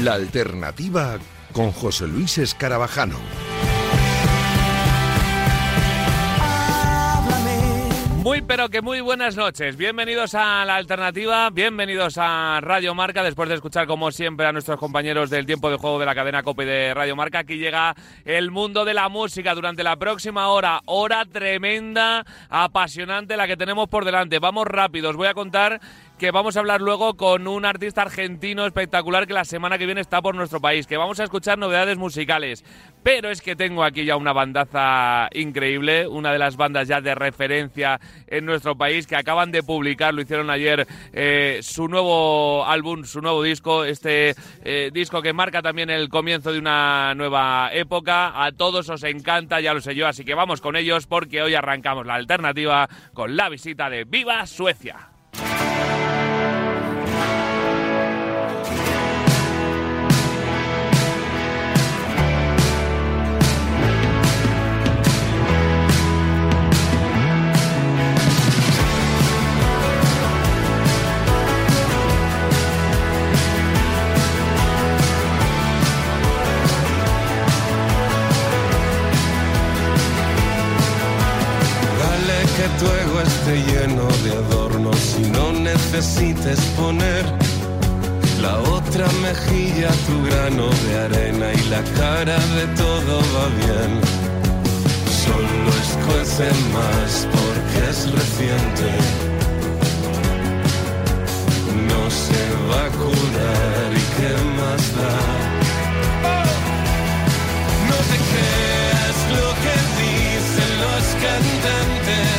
La Alternativa con José Luis Escarabajano. Muy pero que muy buenas noches, bienvenidos a La Alternativa, bienvenidos a Radio Marca, después de escuchar como siempre a nuestros compañeros del tiempo de juego de la cadena COPE de Radio Marca. Aquí llega el mundo de la música durante la próxima hora tremenda, apasionante la que tenemos por delante. Vamos rápido, os voy a contar que vamos a hablar luego con un artista argentino espectacular que la semana que viene está por nuestro país, que vamos a escuchar novedades musicales. Pero es que tengo aquí ya una bandaza increíble, una de las bandas ya de referencia en nuestro país, que acaban de publicar, lo hicieron ayer, su nuevo álbum, su nuevo disco, disco que marca también el comienzo de una nueva época. A todos os encanta, ya lo sé yo, así que vamos con ellos porque hoy arrancamos La Alternativa con la visita de Viva Suecia. Tu ego esté lleno de adornos y no necesites poner la otra mejilla, tu grano de arena y la cara de todo va bien. Solo escuece más porque es reciente. No se va a curar y qué más da. No te creas lo que dicen los cantantes.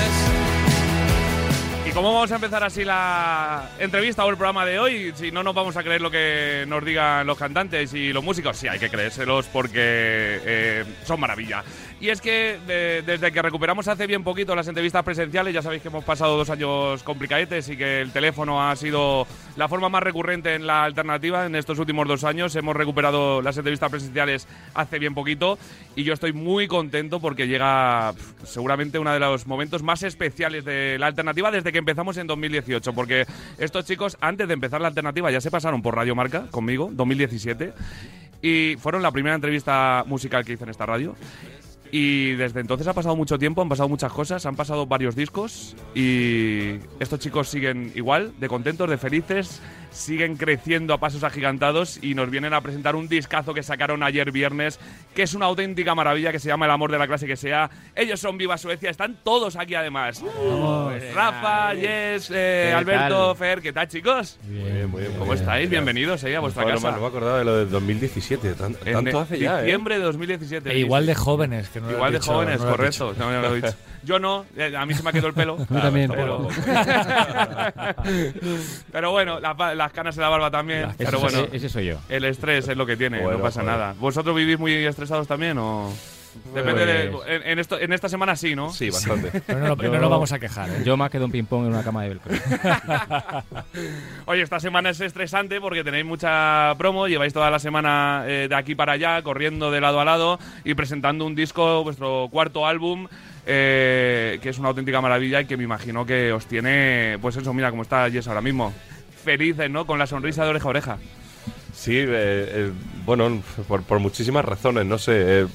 ¿Cómo vamos a empezar así la entrevista o el programa de hoy? Si no nos vamos a creer lo que nos digan los cantantes y los músicos. Sí, hay que creérselos porque son maravilla. Y es que desde que recuperamos hace bien poquito las entrevistas presenciales, ya sabéis que hemos pasado 2 años complicadetes y que el teléfono ha sido la forma más recurrente en La Alternativa en estos últimos 2 años. Hemos recuperado las entrevistas presenciales hace bien poquito y yo estoy muy contento porque llega seguramente uno de los momentos más especiales de La Alternativa desde que empezamos en 2018, porque estos chicos antes de empezar La Alternativa ya se pasaron por Radio Marca conmigo, 2017, y fueron la primera entrevista musical que hice en esta radio. Y desde entonces ha pasado mucho tiempo, han pasado muchas cosas, han pasado varios discos y estos chicos siguen igual, de contentos, de felices, siguen creciendo a pasos agigantados y nos vienen a presentar un discazo que sacaron ayer viernes, que es una auténtica maravilla, que se llama El amor de la clase que sea. Ellos son Viva Suecia, están todos aquí además. Rafa, Jess, Alberto, Fer, ¿qué tal, chicos? Bien, muy bien. ¿Cómo estáis? Bienvenidos a vuestra casa. No me acordaba de lo de 2017, tanto hace ya, diciembre de 2017. E igual de jóvenes, que no lo igual de dicho, jóvenes, no correcto. No, lo he dicho. Yo no, a mí se me ha quedado el pelo. A mí también. Pero bueno, las canas en la barba también. Pero bueno, ese soy yo. El estrés es lo que tiene, Bueno, no pasa nada. ¿Vosotros vivís muy estresados también o...? Depende en esta semana sí, ¿no? Sí, bastante. Pero no nos vamos a quejar, ¿eh? Yo más quedo un ping-pong en una cama de velcro. Oye, esta semana es estresante porque tenéis mucha promo, lleváis toda la semana de aquí para allá, corriendo de lado a lado y presentando un disco, vuestro cuarto álbum, que es una auténtica maravilla y que me imagino que os tiene, pues eso, mira cómo está Jess ahora mismo, felices, ¿no? Con la sonrisa de oreja a oreja. Sí, bueno, por muchísimas razones, no sé.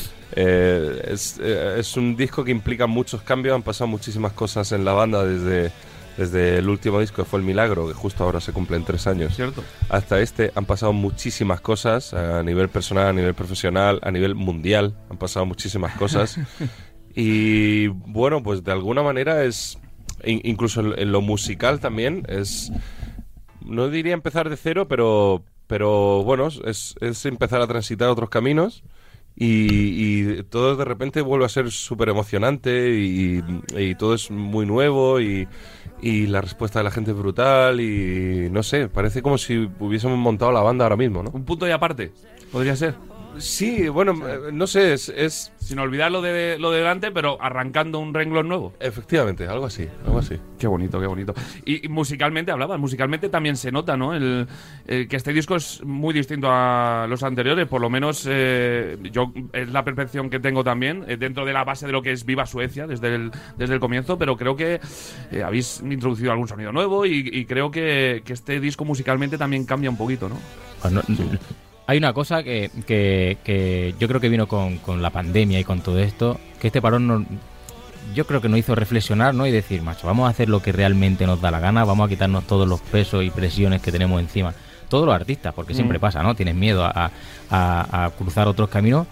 Es un disco que implica muchos cambios, han pasado muchísimas cosas en la banda desde el último disco que fue El Milagro, que justo ahora se cumplen 3 años. ¿Cierto? Hasta han pasado muchísimas cosas a nivel personal, a nivel profesional, a nivel mundial, han pasado muchísimas cosas. Y bueno, pues de alguna manera incluso en lo musical también, no diría empezar de cero, pero bueno, es empezar a transitar otros caminos. Y todo de repente vuelve a ser súper emocionante y todo es muy nuevo y la respuesta de la gente es brutal y no sé, parece como si hubiésemos montado la banda ahora mismo, ¿no? Un punto y aparte, podría ser. Sí, bueno, no sé, es Sin olvidar lo de delante, pero arrancando un renglón nuevo. efectivamente, algo así, algo así. Qué bonito, qué bonito. Y musicalmente hablabas, musicalmente también se nota, ¿no? El que este disco es muy distinto a los anteriores, por lo menos yo es la percepción que tengo también, dentro de la base de lo que es Viva Suecia desde el comienzo, pero creo que habéis introducido algún sonido nuevo y creo que este disco musicalmente también cambia un poquito, ¿no? Pues hay una cosa que yo creo que vino con la pandemia y con todo esto, que este parón yo creo que nos hizo reflexionar, ¿no? Y decir, macho, vamos a hacer lo que realmente nos da la gana, vamos a quitarnos todos los pesos y presiones que tenemos encima. Todos los artistas, porque siempre pasa, ¿no? Tienes miedo a cruzar otros caminos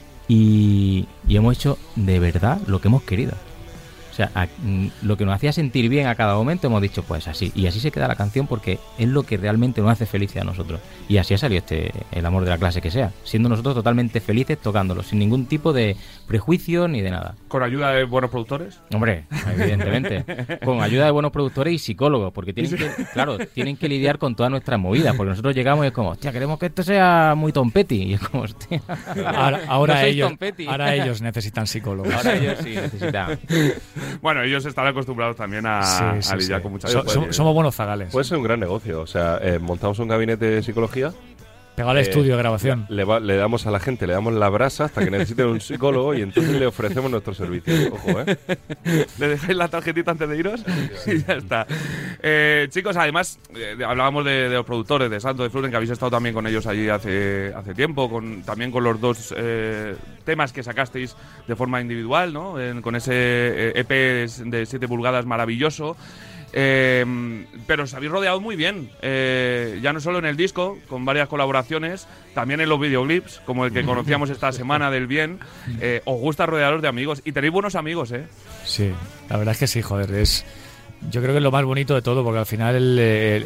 y hemos hecho de verdad lo que hemos querido. O sea, lo que nos hacía sentir bien a cada momento hemos dicho, pues así. Y así se queda la canción porque es lo que realmente nos hace felices a nosotros. Y así ha salido el amor de la clase que sea. Siendo nosotros totalmente felices tocándolo, sin ningún tipo de prejuicio ni de nada. ¿Con ayuda de buenos productores? Hombre, evidentemente. Con ayuda de buenos productores y psicólogos, porque tienen que lidiar con todas nuestras movidas. Porque nosotros llegamos y es como, hostia, queremos que esto sea muy Tom Petty. Y es como, hostia. Ahora no ellos necesitan psicólogos. Ahora ellos sí necesitan. Bueno, ellos están acostumbrados también a lidiar con muchas cosas. Somos buenos zagales. Puede ser un gran negocio, o sea, montamos un gabinete de psicología. Pegado al estudio de grabación. Le damos a la gente, le damos la brasa hasta que necesiten un psicólogo y entonces le ofrecemos nuestros servicios. Ojo, ¿Le dejáis la tarjetita antes de iros? Y ya está. Chicos, además, hablábamos de los productores, de Santo, de Fluren, que habéis estado también con ellos allí hace tiempo, también con los dos temas que sacasteis de forma individual, ¿no? Con ese EP de 7 pulgadas maravilloso. Pero os habéis rodeado muy bien, ya no solo en el disco, con varias colaboraciones, también en los videoclips, como el que conocíamos esta semana del Bien. Os gusta rodearos de amigos y tenéis buenos amigos, ¿eh? Sí, la verdad es que sí, joder, yo creo que es lo más bonito de todo, porque al final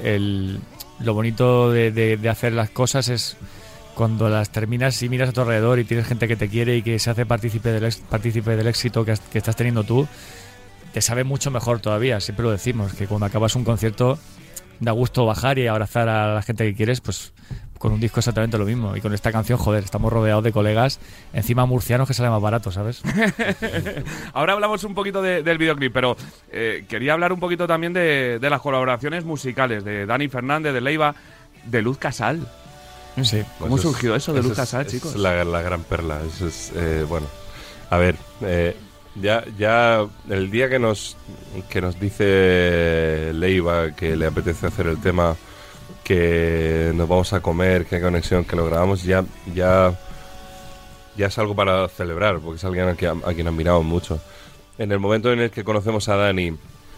lo bonito de hacer las cosas es cuando las terminas y miras a tu alrededor y tienes gente que te quiere y que se hace partícipe del éxito que estás teniendo tú. Te sabe mucho mejor todavía, siempre lo decimos, que cuando acabas un concierto da gusto bajar y abrazar a la gente que quieres, pues con un disco exactamente lo mismo. Y con esta canción, joder, estamos rodeados de colegas, encima murcianos, que sale más barato, ¿sabes? Ahora hablamos un poquito del videoclip, pero quería hablar un poquito también de las colaboraciones musicales, de Dani Fernández, de Leiva, de Luz Casal. Sí. ¿Cómo surgió eso de Luz Casal, chicos? Es la gran perla. Eso es, bueno, a ver... Ya el día que nos dice Leiva que le apetece hacer el tema, que nos vamos a comer, que hay conexión, que lo grabamos, ya es algo para celebrar, porque es alguien a quien admiramos mucho. En el momento en el que conocemos a Dani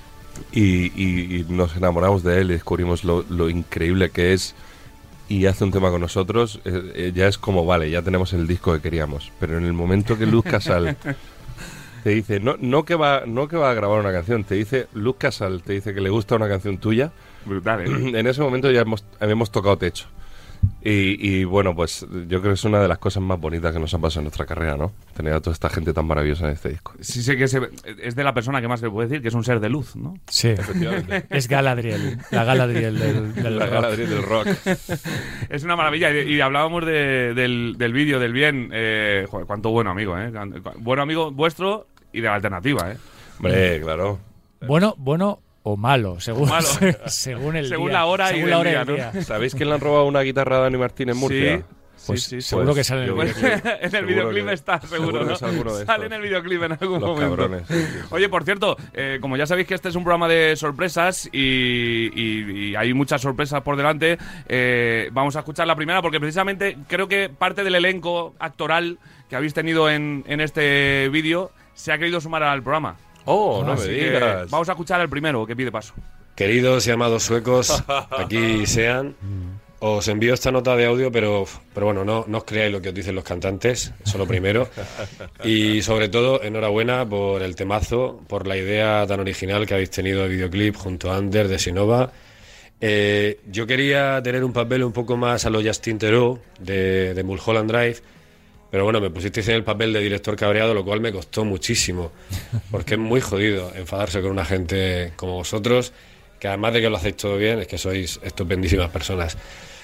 y nos enamoramos de él y descubrimos lo increíble que es y hace un tema con nosotros, ya es como, vale, ya tenemos el disco que queríamos. Pero en el momento que Luz Casal te dice, no que va a grabar una canción, te dice, Luz Casal te dice que le gusta una canción tuya, brutal, ¿eh? En ese momento ya hemos tocado techo. Y bueno, pues yo creo que es una de las cosas más bonitas que nos han pasado en nuestra carrera, ¿no? Tener a toda esta gente tan maravillosa en este disco. Sí, sé que es de la persona que más se puede decir, que es un ser de luz, ¿no? Sí, efectivamente. Es Galadriel, la Galadriel del la rock. Galadriel del rock. Es una maravilla. Y hablábamos del vídeo, del Bien. Joder, cuánto buen amigo, ¿eh? Buen amigo vuestro y de la alternativa, ¿eh? Hombre, claro. Bueno o malo, según el según día. la hora según y la el hora día, del ¿no? día. ¿Sabéis quién le han robado una guitarra a Dani Martín en Murcia? Pues sí. seguro que sale en el videoclip. En el videoclip está, seguro, ¿no? Sale en el videoclip en algún momento. Cabrones. Oye, por cierto, como ya sabéis que este es un programa de sorpresas y hay muchas sorpresas por delante, vamos a escuchar la primera porque precisamente creo que parte del elenco actoral que habéis tenido en este vídeo se ha querido sumar al programa. Oh, no me Así que digas. vamos a escuchar el primero que pide paso. Queridos y amados suecos, aquí sean. Os envío esta nota de audio, pero bueno, no os creáis lo que os dicen los cantantes, eso lo primero. Y sobre todo, enhorabuena por el temazo, por la idea tan original que habéis tenido de videoclip junto a Ander de Sinova. Yo quería tener un papel un poco más a lo Justin Theroux de Mulholland Drive, pero bueno, me pusisteis en el papel de director cabreado, lo cual me costó muchísimo, porque es muy jodido enfadarse con una gente como vosotros, que además de que lo hacéis todo bien, es que sois estupendísimas personas.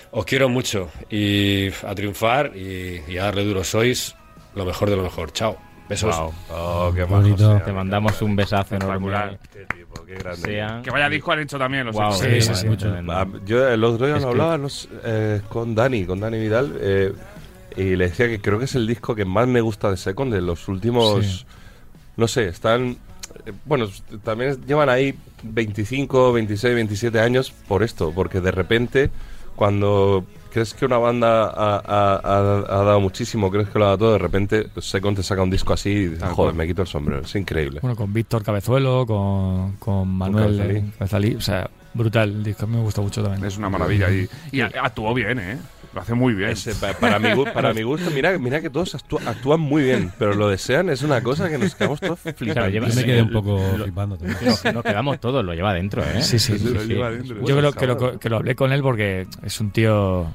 os quiero mucho y a triunfar y a darle duro. Sois lo mejor de lo mejor. Chao. Besos. Wow. Oh, qué Bonito. majo. Te mandamos un besazo enorme. Qué tipo, qué grande. Sean- Que vaya disco han hecho también los Wow, Secos. Sí, sí, sí. Yo el otro día Es lo que- hablaba con Dani Vidal, y le decía que creo que es el disco que más me gusta de Second de los últimos. Sí. No sé, están. Bueno, también llevan ahí 25, 26, 27 años por esto, porque de repente, cuando crees que una banda ha dado muchísimo, crees que lo ha dado todo, de repente Second te saca un disco así y dices, Tal joder, cual. me quito el sombrero, es increíble. Bueno, con Víctor Cabezuelo, con Manuel Cabezalí. Cabezalí, o sea, brutal el disco, a mí me gusta mucho también. Es una maravilla. Y actuó bien, ¿eh? Lo hace muy bien. Para mi gusto, mira que todos actúan muy bien, pero lo desean es una cosa que nos quedamos todos flipando. lleva- Yo me quedé un poco lo- flipando también. Nos quedamos todos, lo lleva dentro, ¿eh? Sí, sí. Lo lleva dentro. Yo creo que lo hablé con él porque es un tío,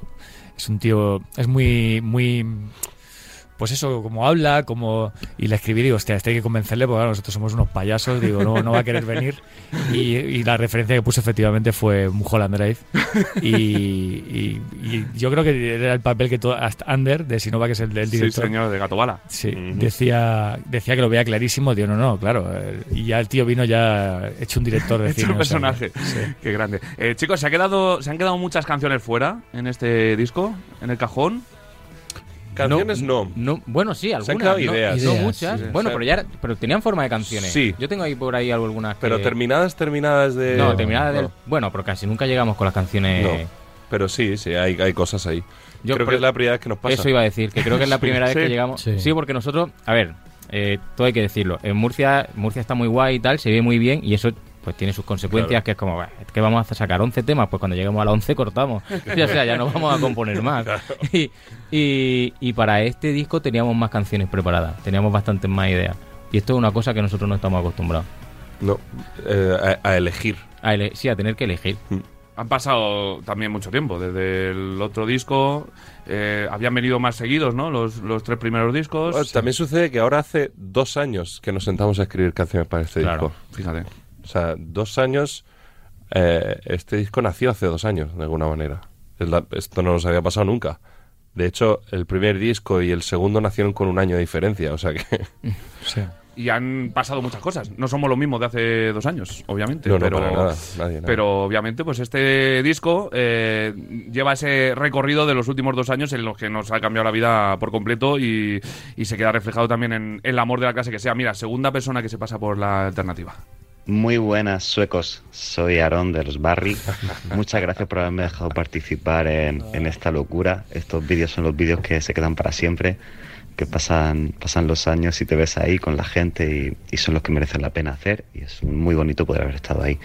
es muy, pues eso, como habla, y le escribí, digo, hostia, hay que convencerle porque claro, nosotros somos unos payasos, digo, no va a querer venir. Y la referencia que puse efectivamente fue Mulholland Drive. Y yo creo que era el papel que hasta Ander, de Sinova, que es el Sí, director. señor, de Gato Bala. Sí, Ujú. decía que lo veía clarísimo, tío, no, claro. Y ya el tío vino ya hecho un director de Hecho cine. un o sea, personaje. sí. Qué grande. Chicos, se han quedado muchas canciones fuera en este disco, en el cajón. Canciones no. Bueno, sí, algunas. quedado no, ideas. no Ideas, muchas. sí. Bueno, O sea, pero tenían forma de canciones. Sí. Yo tengo ahí por ahí algunas que... Pero terminadas de... No, terminadas del... No. Bueno, pero casi nunca llegamos con las canciones... No. Pero sí, hay cosas ahí. Yo creo que pre- es la primera vez que nos pasa. Eso iba a decir, que creo que es la primera vez Sí. que llegamos. Sí. Sí, porque nosotros, a ver, todo hay que decirlo. En Murcia está muy guay y tal, se ve muy bien y eso pues tiene sus consecuencias, Claro. que es como, ¿qué vamos a sacar? 11 temas, pues cuando lleguemos a la 11 cortamos. O sea, ya no vamos a componer más. Y para este disco teníamos más canciones preparadas, teníamos bastantes más ideas. Y esto es una cosa que nosotros no estamos acostumbrados. No, a elegir. Sí, a tener que elegir. Han pasado también mucho tiempo desde el otro disco. Habían venido más seguidos, ¿no? Los tres primeros discos. Bueno, también sucede que ahora hace 2 años que nos sentamos a escribir canciones para este Claro. disco. Fíjate. O sea, 2 años... este disco nació hace 2 años, de alguna manera. Esto no nos había pasado nunca. De hecho, el primer disco y el segundo nacieron con 1 año de diferencia, o sea que... Sí. Y han pasado muchas cosas. No somos los mismos de hace 2 años, obviamente. No, pero, para nada, nadie. Pero obviamente, pues este disco lleva ese recorrido de los últimos 2 años en los que nos ha cambiado la vida por completo y se queda reflejado también en el amor de la clase que sea. Mira, segunda persona que se pasa por la alternativa. Muy buenas, suecos. Soy Aarón de los Barry. Muchas gracias por haberme dejado participar en esta locura. Estos vídeos son los vídeos que se quedan para siempre, que pasan los años y te ves ahí con la gente y son los que merecen la pena hacer. Y es muy bonito poder haber estado ahí.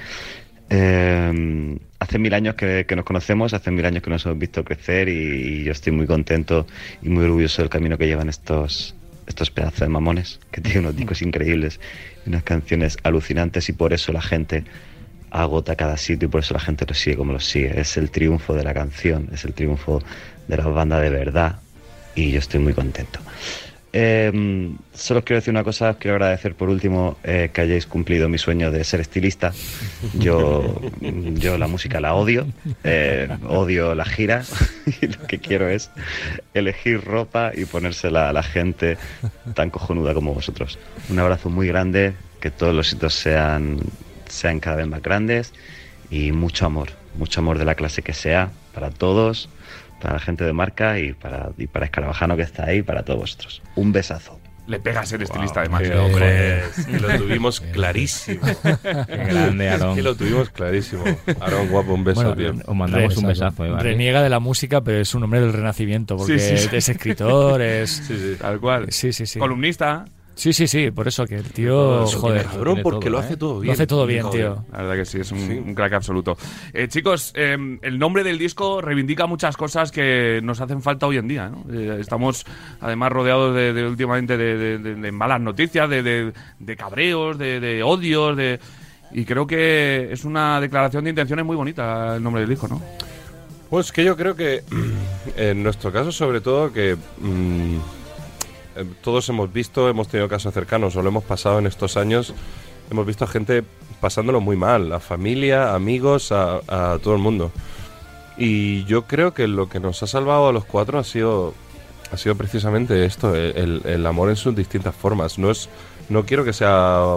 Hace 1000 años que nos conocemos, hace 1000 años que nos hemos visto crecer y yo estoy muy contento y muy orgulloso del camino que llevan estos pedazos de mamones, que tienen unos discos increíbles y unas canciones alucinantes y por eso la gente agota cada sitio y por eso la gente lo sigue como lo sigue. Es el triunfo de la canción, es el triunfo de la banda de verdad y yo estoy muy contento. Solo os quiero decir una cosa, os quiero agradecer por último que hayáis cumplido mi sueño de ser estilista. Yo la música la odio, odio la gira y lo que quiero es elegir ropa y ponérsela a la gente tan cojonuda como vosotros. Un abrazo muy grande, que todos los hitos sean cada vez más grandes y mucho amor de la clase que sea para todos, para la gente de marca y para Escarabajano que está ahí, para todos vosotros. Un besazo. Le pega a ser estilista, además. Qué hombre, es que lo tuvimos clarísimo. Qué grande, Aarón. Que lo tuvimos clarísimo. Aarón, guapo, un beso, Bueno, tío. Os mandamos un besazo, ¿vale? Reniega de la música, pero es un hombre del Renacimiento, porque Sí, sí, sí. es escritor, es... Sí, sí, tal cual. Sí. Columnista. Sí, por eso que el tío, joder, Cabrón, tiene porque todo, lo ¿eh? hace todo bien. lo hace todo bien, Joder. tío. La verdad que sí, es un crack absoluto. Chicos, el nombre del disco reivindica muchas cosas que nos hacen falta hoy en día, ¿no? Estamos además rodeados de últimamente de malas noticias, de cabreos, de odios, y creo que es una declaración de intenciones muy bonita el nombre del disco, ¿no? Pues que yo creo que en nuestro caso, sobre todo, que todos hemos tenido casos cercanos o lo hemos pasado en estos años, hemos visto a gente pasándolo muy mal, a familia, amigos, a todo el mundo. Y yo creo que lo que nos ha salvado a los 4 ha sido precisamente esto, el amor en sus distintas formas. No quiero que sea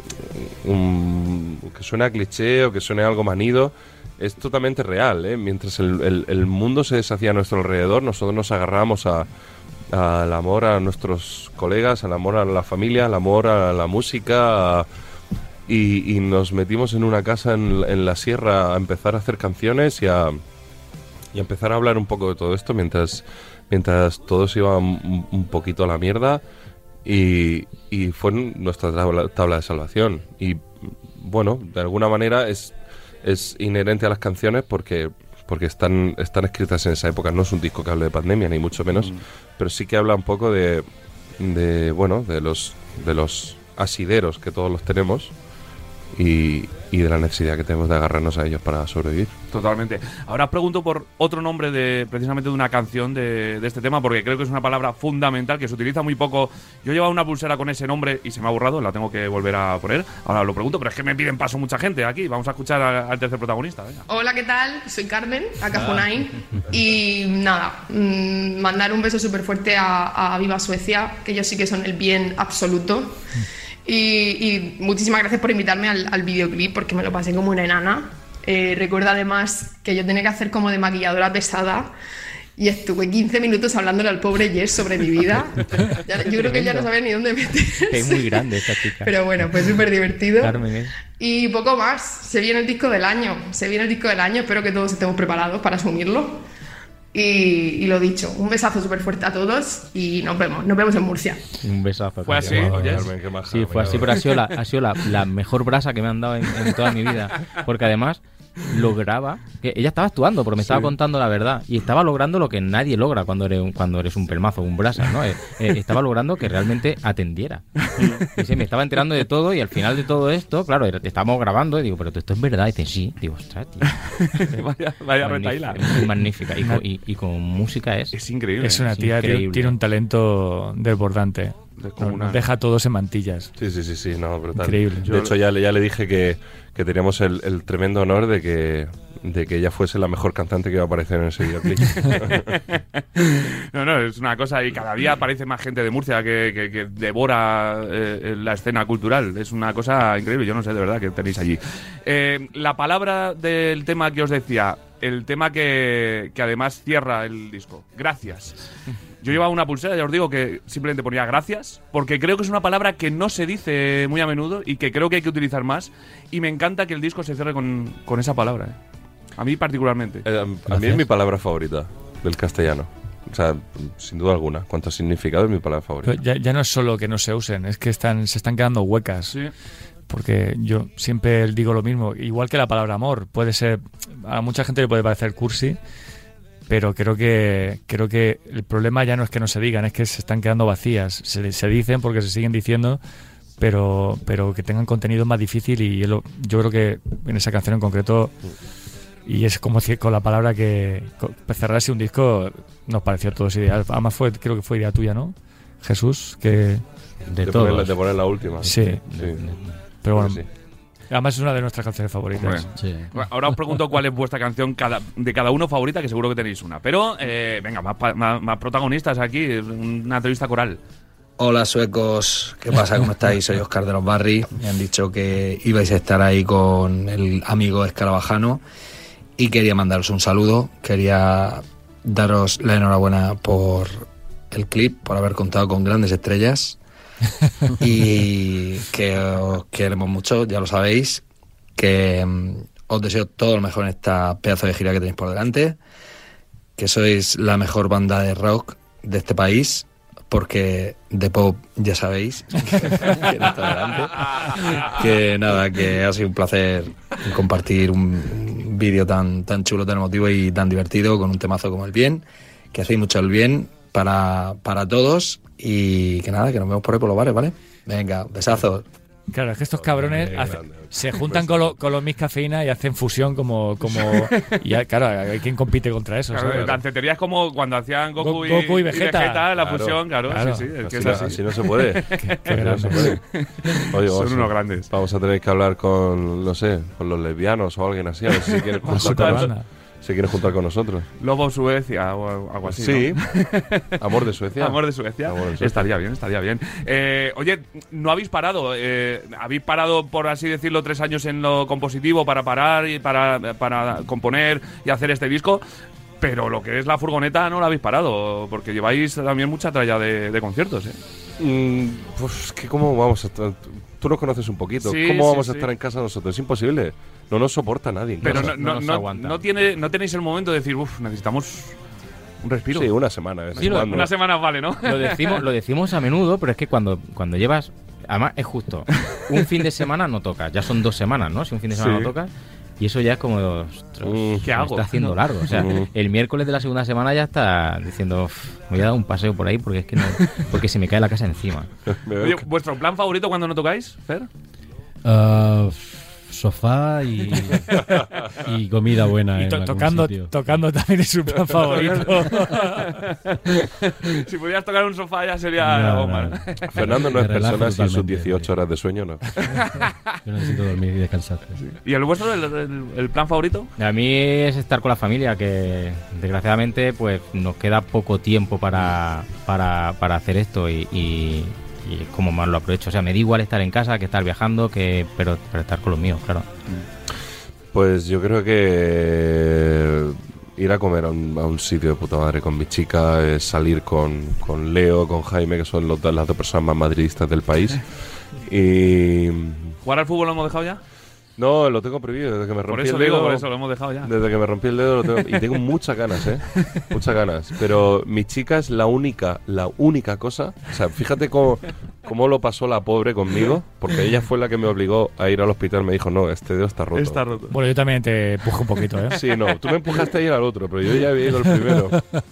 que suene a cliché o que suene algo manido. Es totalmente real, ¿eh? Mientras el mundo se deshacía a nuestro alrededor, nosotros nos agarramos al amor a nuestros colegas, al amor a la familia, al amor a la música, y nos metimos en una casa en la sierra a empezar a hacer canciones y a empezar a hablar un poco de todo esto mientras todo se iba un poquito a la mierda, y fue nuestra tabla de salvación. Y bueno, de alguna manera es inherente a las canciones porque están escritas en esa época. No es un disco que hable de pandemia, ni mucho menos, pero sí que habla un poco de los asideros que todos los tenemos, y de la necesidad que tenemos de agarrarnos a ellos para sobrevivir. Totalmente. Ahora os pregunto por otro nombre precisamente de una canción de este tema, porque creo que es una palabra fundamental que se utiliza muy poco. Yo llevaba una pulsera con ese nombre y se me ha borrado, la tengo que volver a poner. Ahora lo pregunto, pero es que me piden paso mucha gente aquí. Vamos a escuchar al tercer protagonista. Venga. Hola, ¿qué tal? Soy Carmen, Acajonay. Y nada, mandar un beso súper fuerte a Viva Suecia, que ellos sí que son el bien absoluto. Y muchísimas gracias por invitarme al videoclip, porque me lo pasé como una enana. Recuerdo además que yo tenía que hacer como de maquilladora pesada y estuve 15 minutos hablándole al pobre Jess sobre mi vida. Yo creo que ya no sabía ni dónde meterse. Es muy grande esta chica. Pero bueno, fue súper divertido. Carmen, Y poco más. Se viene el disco del año. Espero que todos estemos preparados para asumirlo. Y lo dicho, un besazo súper fuerte a todos y nos vemos en Murcia. Un besazo. ¿Fue así? Sí, fue así, pero ha sido la mejor brasa que me han dado en toda mi vida. Porque además lograba, que ella estaba actuando, porque me estaba contando la verdad, y estaba logrando lo que nadie logra cuando eres un pelmazo, un brasa, ¿no? Estaba logrando que realmente atendiera. Y sí, me estaba enterando de todo, y al final de todo esto, claro, estábamos grabando y digo, pero esto es verdad. Y dice, sí. Digo, ostras, tío. vaya retaila. Es magnífica. Y con música es increíble. Es una tía, tiene un talento desbordante. Nos deja a todos en mantillas. Sí, no, brutal. Increíble. De hecho, ya le dije que teníamos el tremendo honor de que ella fuese la mejor cantante que iba a aparecer en ese videoclip. No, es una cosa, y cada día aparece más gente de Murcia que devora la escena cultural. Es una cosa increíble. Yo no sé de verdad qué tenéis allí. La palabra del tema que os decía, el tema que además cierra el disco. Gracias. Yo llevaba una pulsera, ya os digo, que simplemente ponía gracias, porque creo que es una palabra que no se dice muy a menudo y que creo que hay que utilizar más, y me encanta que el disco se cierre con esa palabra. A mí particularmente. A mí es mi palabra favorita del castellano. O sea, sin duda alguna. Cuanto a significado, es mi palabra favorita. Ya no es solo que no se usen, es que se están quedando huecas. Sí. Porque yo siempre digo lo mismo. Igual que la palabra amor. Puede ser... A mucha gente le puede parecer cursi, pero creo que el problema ya no es que no se digan, es que se están quedando vacías. Se dicen porque se siguen diciendo, pero que tengan contenido más difícil, y yo creo que en esa canción en concreto, y es como con la palabra que cerrar así un disco, nos pareció a todos ideal. Además creo que fue idea tuya, ¿no, Jesús? De poner la última. Sí. Pero bueno, sí. Además es una de nuestras canciones favoritas. Sí. Ahora os pregunto cuál es vuestra canción de cada uno favorita, que seguro que tenéis una. Pero, venga, más protagonistas aquí, una entrevista coral. Hola suecos, ¿qué pasa? ¿Cómo estáis? Soy Óscar de los Barris. Me han dicho que ibais a estar ahí con el amigo Escarabajano y quería mandaros un saludo. Quería daros la enhorabuena por el clip, por haber contado con grandes estrellas. Y que os queremos mucho, ya lo sabéis, que os deseo todo lo mejor en esta pedazo de gira que tenéis por delante, que sois la mejor banda de rock de este país, porque de pop ya sabéis que no está delante. Que nada, que ha sido un placer compartir un vídeo tan chulo, tan emotivo y tan divertido, con un temazo como El Bien, que hacéis mucho el bien para todos. Y que nada, que nos vemos por ahí por los bares, ¿vale? Venga, besazos. Claro, es que estos cabrones se juntan con los Miss Cafeína y hacen fusión como y ya, claro, hay quien compite contra eso. Claro, dancetería es como cuando hacían Goku y Vegeta, la fusión, claro. Sí, es que es así. Así no se puede. No se puede. Oye, son unos grandes. Vamos a tener que hablar con los lesbianos o alguien así, a ver si quieren juntar se quieren juntar con nosotros. Lobo Suecia o algo así, Sí. ¿no? Amor de Suecia. Amor de Suecia. Amor de Suecia. Estaría bien. Oye, no habéis parado. Habéis parado, por así decirlo, 3 años en lo compositivo para parar y para componer y hacer este disco. Pero lo que es la furgoneta no la habéis parado, porque lleváis también mucha tralla de conciertos, ¿eh? Pues que cómo vamos a estar. Tú nos conoces un poquito. Sí, ¿Cómo sí, vamos a sí. estar en casa nosotros? Es imposible. No nos soporta nadie. En Pero casa. no tenéis el momento de decir, necesitamos un respiro. Sí, una semana. Sí, Una semana vale, ¿no? Lo decimos a menudo, pero es que cuando llevas... Además, es justo. Un fin de semana no tocas. Ya son 2 semanas, ¿no? Si un fin de semana Sí. no tocas. Y eso ya es como... ostras, ¿qué hago? Está haciendo largo. O sea, el miércoles de la segunda semana ya está diciendo... Me voy a dar un paseo por ahí porque es que no... Porque se me cae la casa encima. Oye, ¿vuestro plan favorito cuando no tocáis, Fer? Sofá y comida buena. Y en algún tocando sitio. también es su plan favorito. Si pudieras tocar un sofá ya sería la bomba, ¿no? Fernando no es Me relajo persona sin sus totalmente, 18 horas de sueño, ¿no? Yo necesito dormir y descansar. ¿Y el vuestro, el plan favorito? A mí es estar con la familia, que desgraciadamente pues nos queda poco tiempo para hacer esto y es como más lo aprovecho. O sea, me da igual estar en casa que estar viajando, pero estar con los míos, claro. Pues yo creo que ir a comer a un sitio de puta madre con mi chica, salir con Leo, con Jaime, que son las 2 personas más madridistas del país. Y... ¿Jugar al fútbol lo hemos dejado ya? No, lo tengo prohibido desde que me rompí el dedo. Por eso lo hemos dejado ya. Desde que me rompí el dedo lo tengo, y tengo muchas ganas, muchas ganas. Pero mi chica es la única cosa. O sea, fíjate cómo lo pasó la pobre conmigo, porque ella fue la que me obligó a ir al hospital. Me dijo, no, este dedo está roto. Está roto. Bueno, yo también te empujo un poquito, ¿eh? Sí, no, tú me empujaste a ir al otro, pero yo ya había ido al primero.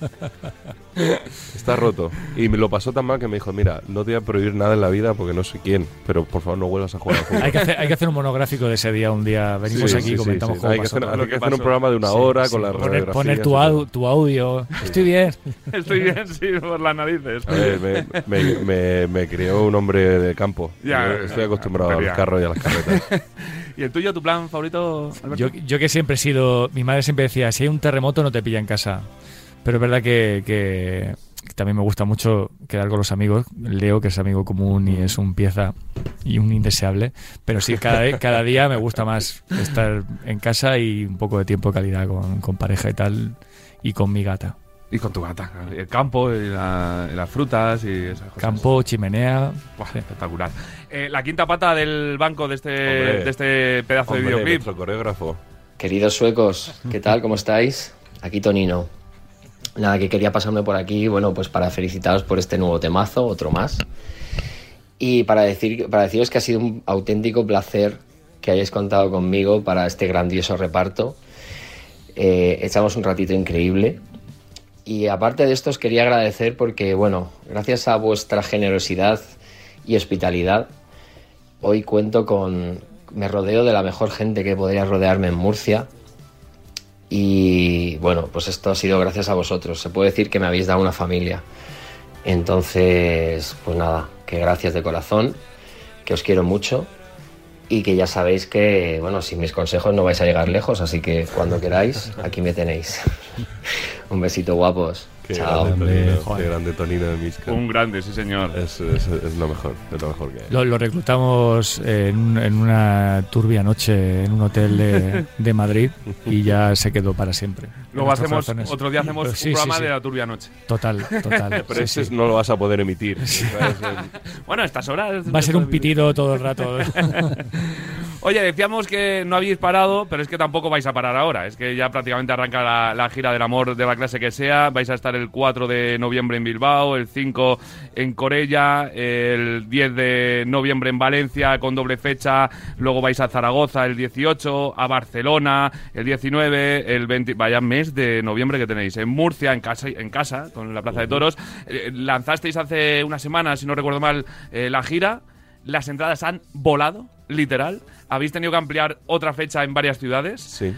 Está roto. Y me lo pasó tan mal que me dijo, mira, no te voy a prohibir nada en la vida porque no sé quién, pero por favor no vuelvas a jugar al fútbol. Hay que hacer un monográfico de ese día un día. Venimos aquí y comentamos cómo Hay que pasó hacer, todo. hay que hacer un programa de una hora con las radiografías. Poner tu audio. Estoy bien. Estoy bien, sí, por las narices. A ver, me crió un hombre de campo. Ya, Yo estoy acostumbrado pero al carro y a las carretas. ¿Y el tuyo, tu plan favorito, Alberto? Yo que siempre he sido... Mi madre siempre decía, si hay un terremoto no te pilla en casa. Pero es verdad que también me gusta mucho quedar con los amigos. Leo, que es amigo común y es un pieza y un indeseable. Pero sí, cada día me gusta más estar en casa y un poco de tiempo de calidad con pareja y tal, y con mi gata. Y con tu gata. El campo, y las frutas y esas cosas. Campo, chimenea... Buah, sí. espectacular. La quinta pata del banco de este pedazo de Hombre, videoclip. nuestro coreógrafo. Queridos suecos, ¿qué tal? ¿Cómo estáis? Aquí Tonino. Nada, que quería pasarme por aquí, bueno, pues para felicitaros por este nuevo temazo, otro más. Y para deciros que ha sido un auténtico placer que hayáis contado conmigo para este grandioso reparto. Echamos un ratito increíble. Y aparte de esto os quería agradecer porque, bueno, gracias a vuestra generosidad y hospitalidad, hoy me rodeo de la mejor gente que podría rodearme en Murcia. Y bueno, pues esto ha sido gracias a vosotros. Se puede decir que me habéis dado una familia. Entonces, pues nada, que gracias de corazón, que os quiero mucho y que ya sabéis que, bueno, sin mis consejos no vais a llegar lejos, así que cuando queráis, aquí me tenéis. Un besito, guapos. Qué Chao. grande Tonino de Misca. Un grande, sí señor. Es lo mejor, es lo mejor que hay. Lo reclutamos en una turbia noche en un hotel de Madrid y ya se quedó para siempre. Luego otro día hacemos Sí, un programa sí. de la turbia noche. Total. Pero ese no lo vas a poder emitir. Bueno, a estas horas... Va a ser un pitido todo el rato. Oye, decíamos que no habéis parado, pero es que tampoco vais a parar ahora. Es que ya prácticamente arranca la gira del amor de la clase que sea. Vais a estar el 4 de noviembre en Bilbao, el 5 en Corella, el 10 de noviembre en Valencia con doble fecha. Luego vais a Zaragoza el 18, a Barcelona el 19, el 20... Vaya mes de noviembre que tenéis. En Murcia, en casa con la Plaza de Toros. Lanzasteis hace una semana, si no recuerdo mal, la gira. Las entradas han volado, literal. Habéis tenido que ampliar otra fecha en varias ciudades. Sí.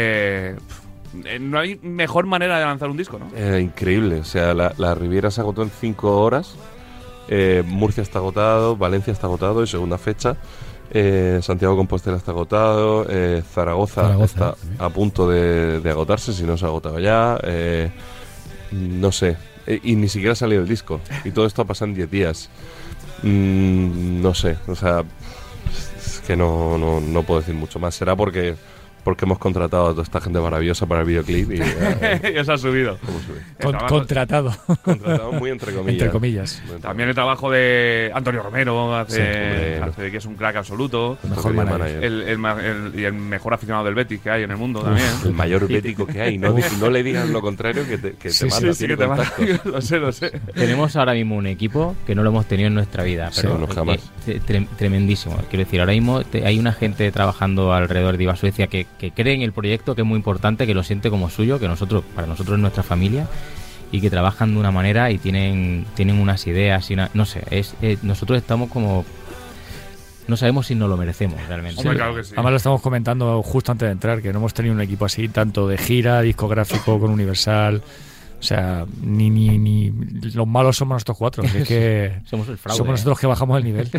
No hay mejor manera de lanzar un disco, ¿no? Increíble. O sea, la Riviera se agotó en 5 horas. Murcia está agotado, Valencia está agotado, y segunda fecha. Santiago de Compostela está agotado. Zaragoza está a punto de agotarse, si no se ha agotado ya. No sé. Y ni siquiera ha salido el disco. Y todo esto ha pasado en 10 días. No sé. O sea, es que no puedo decir mucho más. Será porque hemos contratado a toda esta gente maravillosa para el videoclip y ya se ha subido. Contratado muy entre comillas. Entre comillas. También el trabajo de Antonio Romero hace que es un crack absoluto. El mejor manager. El mejor aficionado del Betis que hay en el mundo también. El mayor bético que hay. No le digas lo contrario que te manda. Sí, que te manda. Lo sé. Tenemos ahora mismo un equipo que no lo hemos tenido en nuestra vida. Pero no, jamás. Tremendísimo. Quiero decir, ahora mismo hay una gente trabajando alrededor de Viva Suecia que cree en el proyecto, que es muy importante, que lo siente como suyo, que para nosotros es nuestra familia, y que trabajan de una manera y tienen unas ideas y no sé, nosotros estamos como no sabemos si nos lo merecemos realmente. Hombre, claro que sí. Además lo estamos comentando justo antes de entrar, que no hemos tenido un equipo así, tanto de gira, discográfico con Universal. O sea, ni los malos somos nosotros 4. Es que somos el fraude. Somos nosotros que bajamos el nivel.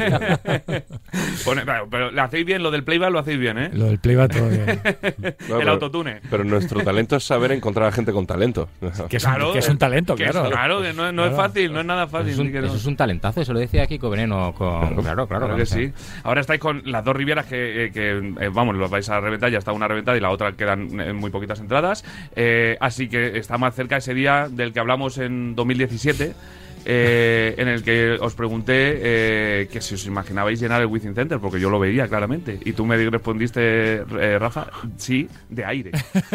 Pero lo hacéis bien, lo del playback lo hacéis bien, ¿eh? Lo del playback todo bien. El autotune. Pero nuestro talento es saber encontrar a gente con talento. Que es un talento, claro. Claro, que no es fácil, no es nada fácil. Eso es un talentazo, eso lo decía Kiko Veneno. Claro que sí. Ahora estáis con las dos Rivieras que vamos, los vais a reventar, ya está una reventada y la otra quedan muy poquitas entradas. Así que está más cerca ese día del que hablamos en 2017, en el que os pregunté que si os imaginabais llenar el Wizzing Center, porque yo lo veía claramente. Y tú me respondiste, Rafa, sí, de aire.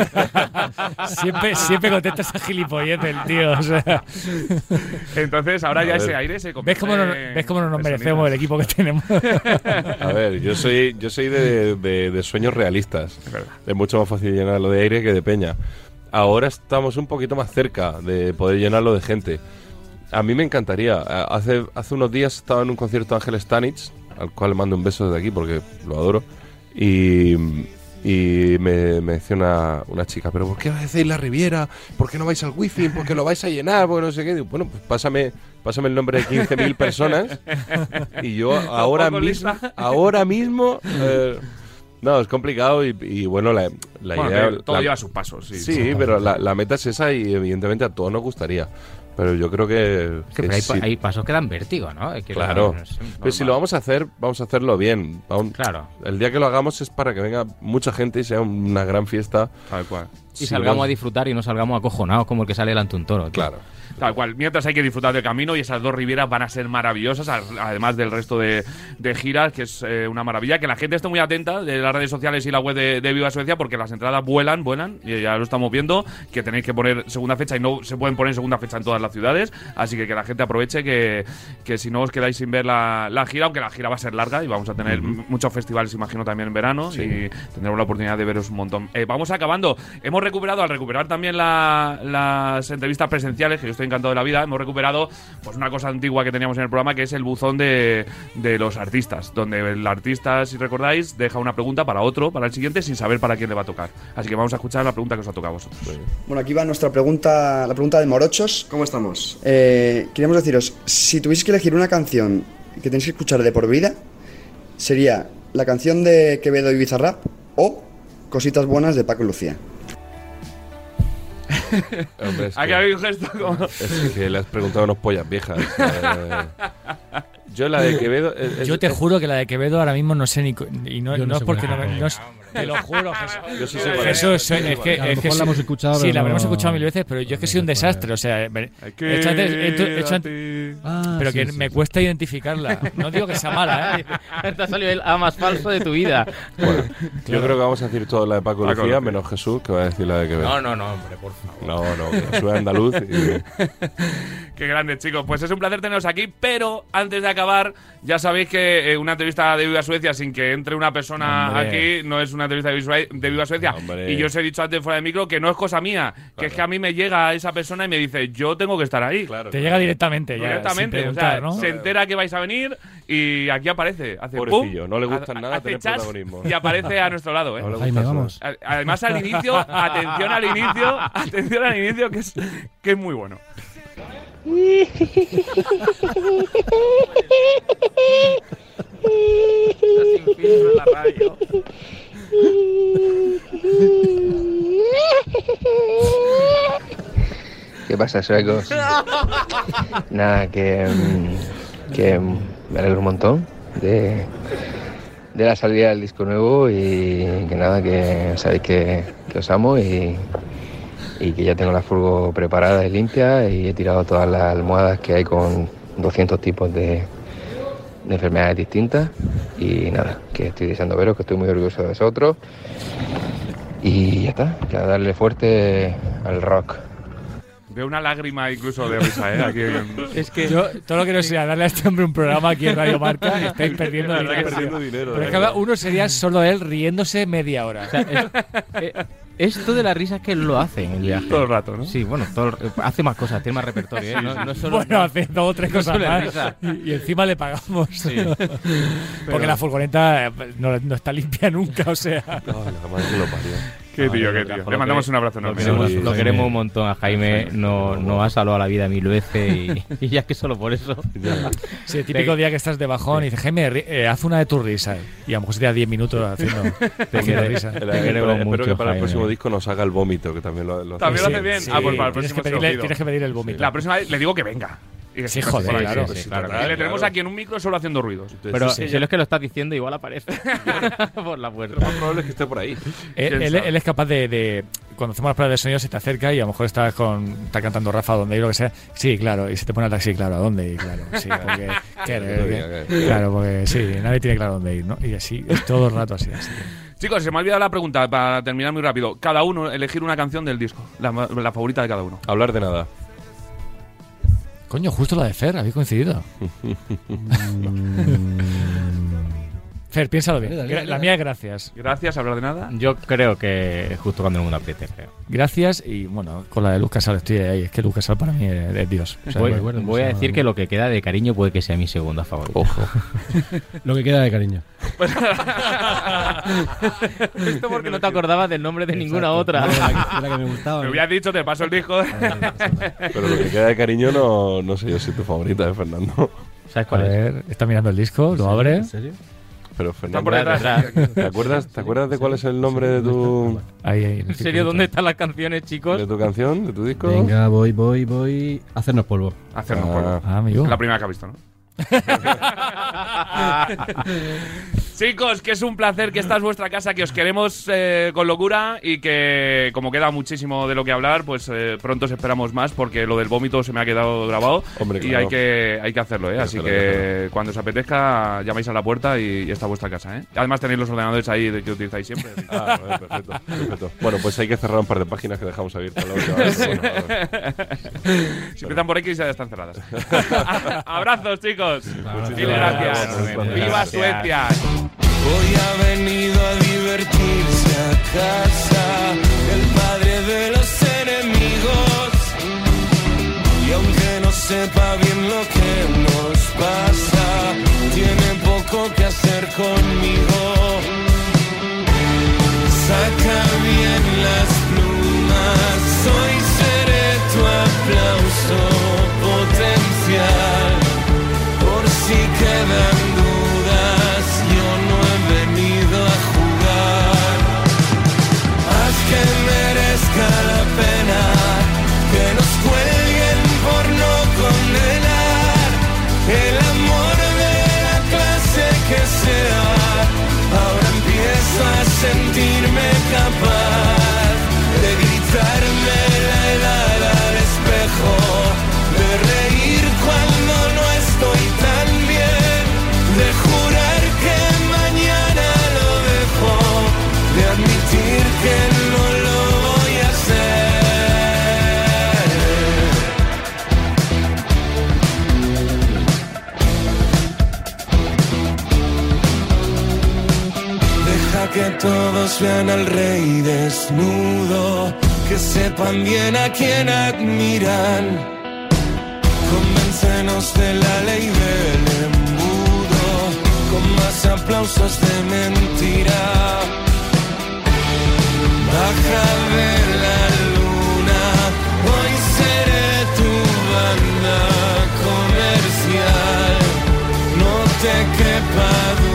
siempre contestas a gilipollez el tío. O sea. Entonces ahora ya ese aire se convierte. ¿Ves cómo no nos merecemos el equipo que tenemos? A ver, yo soy de sueños realistas. Es mucho más fácil llenarlo de aire que de peña. Ahora estamos un poquito más cerca de poder llenarlo de gente. A mí me encantaría. Hace unos días estaba en un concierto de Ángel Stanich, al cual le mando un beso desde aquí porque lo adoro. Y me decía una chica, ¿pero por qué hacéis la Riviera? ¿Por qué no vais al Wi-Fi? ¿Por qué lo vais a llenar? Porque no sé qué. Digo, bueno, pues pásame el nombre de 15.000 personas y yo ahora mismo no, es complicado y bueno, la idea... Todo lleva sus pasos, sí. Sí, pero la meta es esa y evidentemente a todos nos gustaría. Pero yo creo que pero hay pasos que dan vértigo, ¿no? Claro. Pero si lo vamos a hacer, vamos a hacerlo bien. Claro. El día que lo hagamos es para que venga mucha gente y sea una gran fiesta. Tal cual. Y salgamos a disfrutar y no salgamos acojonados como el que sale delante un toro. Tío. Claro. Tal cual. Mientras hay que disfrutar del camino y esas dos Rivieras van a ser maravillosas, además del resto de giras, que es una maravilla. Que la gente esté muy atenta de las redes sociales y la web de Viva Suecia, porque las entradas vuelan, y ya lo estamos viendo, que tenéis que poner segunda fecha y no se pueden poner segunda fecha en todas las ciudades. Así que la gente aproveche que si no os quedáis sin ver la gira, aunque la gira va a ser larga y vamos a tener muchos festivales, imagino, también en verano, y tendremos la oportunidad de veros un montón. Vamos acabando. Hemos recuperado, al recuperar también las entrevistas presenciales, que yo estoy encantado de la vida, hemos recuperado pues una cosa antigua que teníamos en el programa, que es el buzón de los artistas, donde el artista, si recordáis, deja una pregunta para el siguiente, sin saber para quién le va a tocar. Así que vamos a escuchar la pregunta que os ha tocado a vosotros. Bueno, aquí va nuestra pregunta, la pregunta de Morochos. ¿Cómo estamos? Queríamos deciros, si tuvieseis que elegir una canción que tenéis que escuchar de por vida, ¿sería la canción de Quevedo y Bizarrap o Cositas Buenas de Paco y Lucía? Hombre, aquí había un gesto como... Es que le has preguntado a unos pollas viejas. Yo la de Quevedo... Yo te juro que la de Quevedo ahora mismo no sé ni... Y no es porque no es... Te lo juro, Jesús. Yo sí sé cuál Jesús, es que a lo mejor la hemos escuchado. Sí, la habremos escuchado 1000 veces, pero yo es que soy un desastre. O sea, pero que me cuesta identificarla. No digo que sea mala, ¿eh? Te ha salido el A más falso de tu vida. Bueno, yo creo que vamos a decir toda la de Paco Lucía, menos Jesús, que va a decir la de Quevedo. No, hombre, por favor. No, Jesús es andaluz. Qué grande, chicos. Pues es un placer teneros aquí, pero antes de acabar, ya sabéis que una entrevista de Viva Suecia sin que entre una persona aquí no es una entrevista de Viva Suecia. Hombre. Y yo os he dicho antes fuera de micro que no es cosa mía, que es que a mí me llega esa persona y me dice, yo tengo que estar ahí. Claro, Te llega directamente, ya. Directamente, o sea, ¿no? Se entera que vais a venir y aquí aparece. Hace pobrecillo, pum, no le gusta nada tener protagonismo. Y aparece a nuestro lado, ¿eh? No Jaime, vamos. Además, al inicio, atención al inicio, que es muy bueno. Sin filtro en la radio. ¿Qué pasa, suecos? Nada, que me alegro un montón de la salida del disco nuevo y que nada, que sabéis que os amo y que ya tengo la furgo preparada y limpia y he tirado todas las almohadas que hay con 200 tipos de enfermedades distintas y nada, que estoy deseando veros, que estoy muy orgulloso de vosotros y ya está, que a darle fuerte al rock. Veo una lágrima incluso de risa, ¿eh? Aquí Es que yo, todo lo que no sea darle a este hombre un programa aquí en Radio Marca, estáis perdiendo dinero. Pero cada uno sería solo él riéndose media hora. O sea, esto de las risas que lo hace en el viaje. Todo el rato, ¿no? Sí, bueno, hace más cosas, tiene más repertorio, ¿eh? No solo, bueno, hace 2 o 3 cosas más risa. y encima le pagamos. Sí. Pero porque la furgoneta no está limpia nunca, o sea. No, la madre que lo parió. Qué tío. Le mandamos un abrazo enorme. Lo queremos un montón a Jaime, nos ha salvado la vida 1000 veces y ya que solo por eso. Sí, el típico día que estás de bajón y dices, Jaime, haz una de tus risas. Y a lo mejor se te da 10 minutos haciendo risa. Espero que para el próximo disco nos haga el vómito, que también lo también lo hace bien. Sí, pues para el próximo tienes que pedir el vómito. La próxima vez le digo que venga. Sí, joder, claro. Y le tenemos aquí en un micro solo haciendo ruidos. Pero si es que lo estás diciendo, igual aparece por la puerta. Lo más probable es que esté por ahí. Él es capaz de cuando hacemos las pruebas de sonido se te acerca y a lo mejor está cantando Rafa donde y lo que sea. Sí, claro. Y se te pone al taxi, claro, ¿a dónde? Y claro, sí, porque claro, porque sí, nadie tiene claro dónde ir, ¿no? Y así, todo el rato así. Chicos, se me ha olvidado la pregunta para terminar muy rápido. Cada uno elegir una canción del disco, la favorita de cada uno. Hablar de nada. Coño, justo la de Fer, habéis coincidido. Fer, piénsalo bien. La mía es gracias. Gracias, hablar de nada. Yo creo que justo cuando el mundo apriete, creo. Gracias y bueno, con la de Luz Casal estoy ahí. Es que Luz Casal para mí es Dios. O sea, voy a decir que lo que queda de cariño puede que sea mi segunda favorita. Ojo. Lo que queda de cariño. Esto porque no te acordabas del nombre de ninguna otra. La que me gustaba. Me hubieras dicho, te paso el disco. Pero lo que queda de cariño no sé yo si tu favorita, Fernando. ¿Sabes cuál es? Está mirando el disco, lo abre. ¿En serio? Pero Fernando, ¿te acuerdas de cuál es el nombre de tu...? Ahí, ¿En serio dónde están las canciones, chicos? ¿De tu canción? ¿De tu disco? Venga, voy. Hacernos polvo. Hacernos polvo. Amigo. La primera que ha visto, ¿no? Chicos, que es un placer, que esta es vuestra casa, que os queremos con locura y que como queda muchísimo de lo que hablar, pues pronto os esperamos más porque lo del vómito se me ha quedado grabado. Hombre, y claro. hay que hacerlo, ¿eh? Así que cuando os apetezca llamáis a la puerta y está vuestra casa, ¿eh? Además tenéis los ordenadores ahí que utilizáis siempre. Perfecto. Bueno, pues hay que cerrar un par de páginas que dejamos abiertas. Si empiezan por X ya están cerradas. Abrazos, chicos. Muchísimas gracias. ¡Viva Suecia! Hoy ha venido a divertirse a casa el padre de los enemigos. Y aunque no sepa bien lo que nos pasa, tiene poco que hacer conmigo. Saca bien las plumas, hoy seré tu aplauso potencial. Por si quedan dudas, yo no he venido a jugar. Haz que merezca la pena, que nos cuelguen por no condenar. El amor de la clase que sea, ahora empiezo a sentirme capaz de gritarme la helada al espejo, de reír cuando no estoy tan bien, de jurar que mañana lo dejo, de admitir que no lo voy a hacer. Deja que todos vean al rey desnudo, que sepan bien a quién admiran. Convéncenos de la ley del embudo, con más aplausos de mentira. Baja de la luna, hoy seré tu banda comercial. No te quepa duda.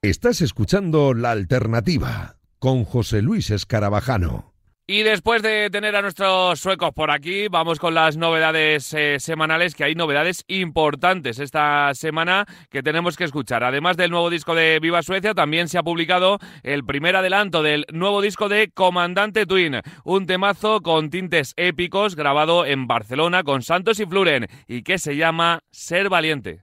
Estás escuchando La Alternativa con José Luis Escarabajano. Y después de tener a nuestros suecos por aquí, vamos con las novedades semanales, que hay novedades importantes esta semana que tenemos que escuchar. Además del nuevo disco de Viva Suecia, también se ha publicado el primer adelanto del nuevo disco de Comandante Twin, un temazo con tintes épicos grabado en Barcelona con Santos y Fluren y que se llama Ser Valiente.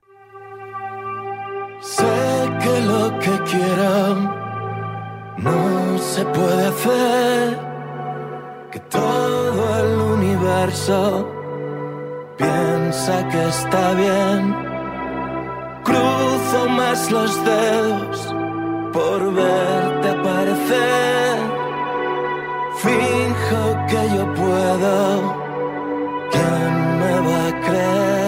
Sé que lo que quiero no se puede hacer, que todo el universo piensa que está bien. Cruzo más los dedos por verte aparecer. Finjo que yo puedo, ¿quién me va a creer?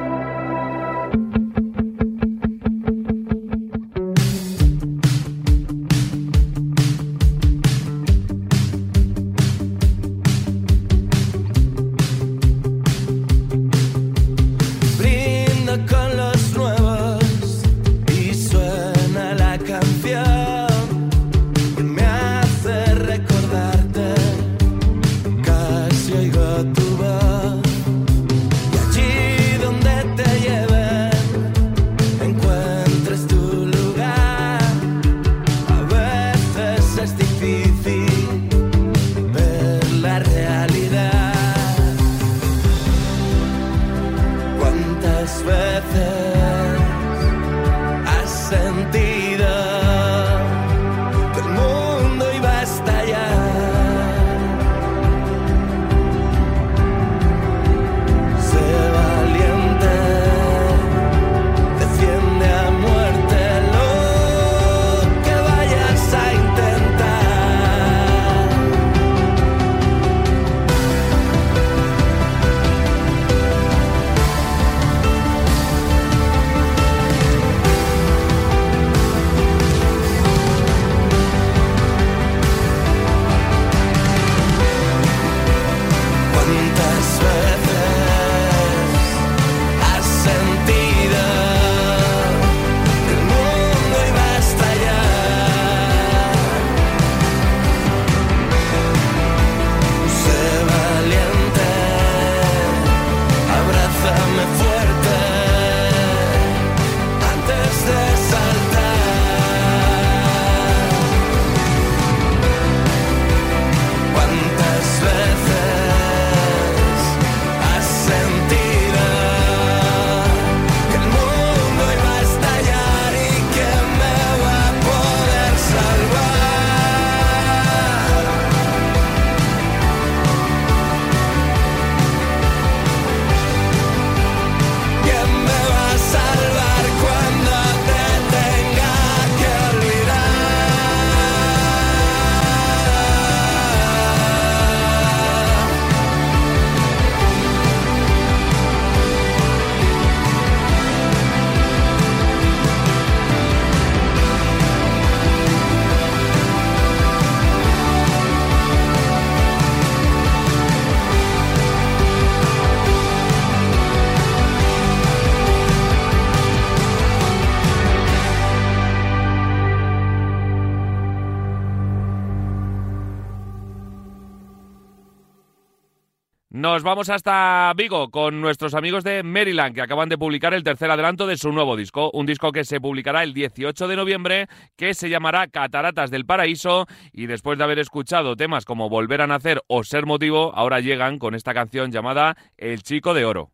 Nos vamos hasta Vigo con nuestros amigos de Maryland, que acaban de publicar el tercer adelanto de su nuevo disco. Un disco que se publicará el 18 de noviembre, que se llamará Cataratas del Paraíso. Y después de haber escuchado temas como Volver a Nacer o Ser Motivo, ahora llegan con esta canción llamada El Chico de Oro.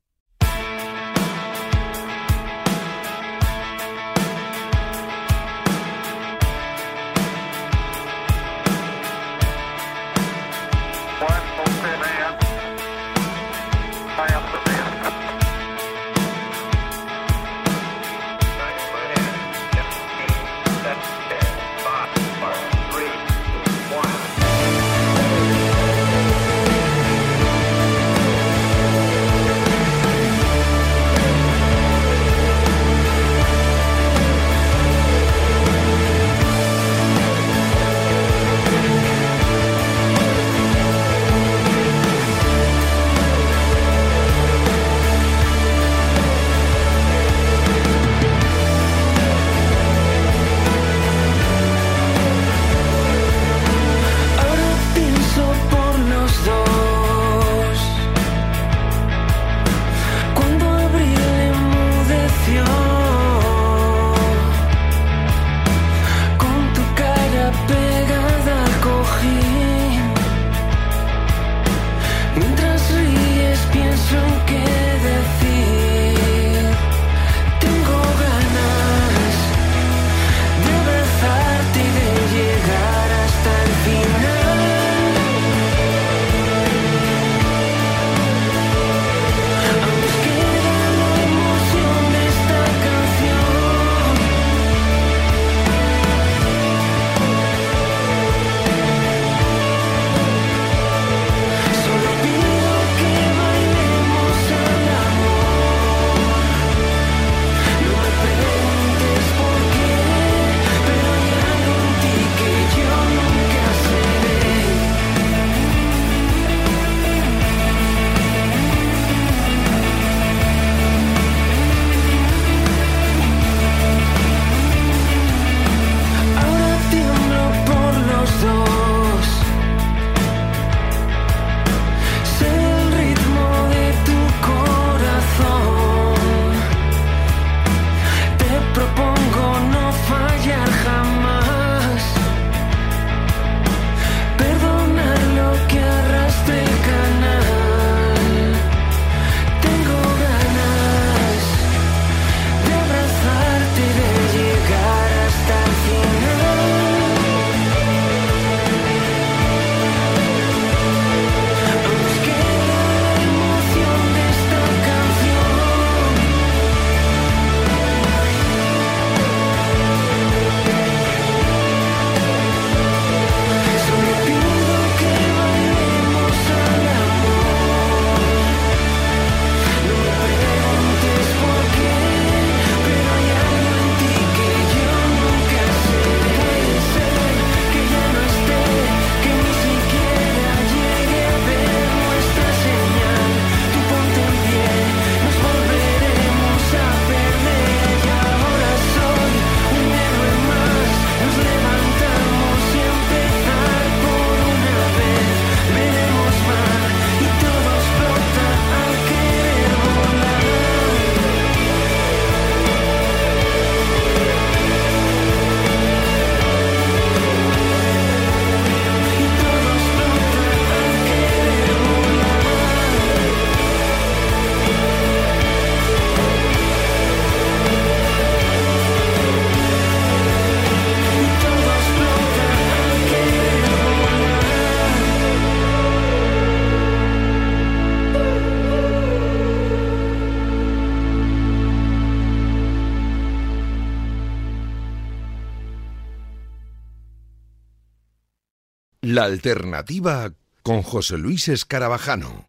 La Alternativa con José Luis Escarabajano.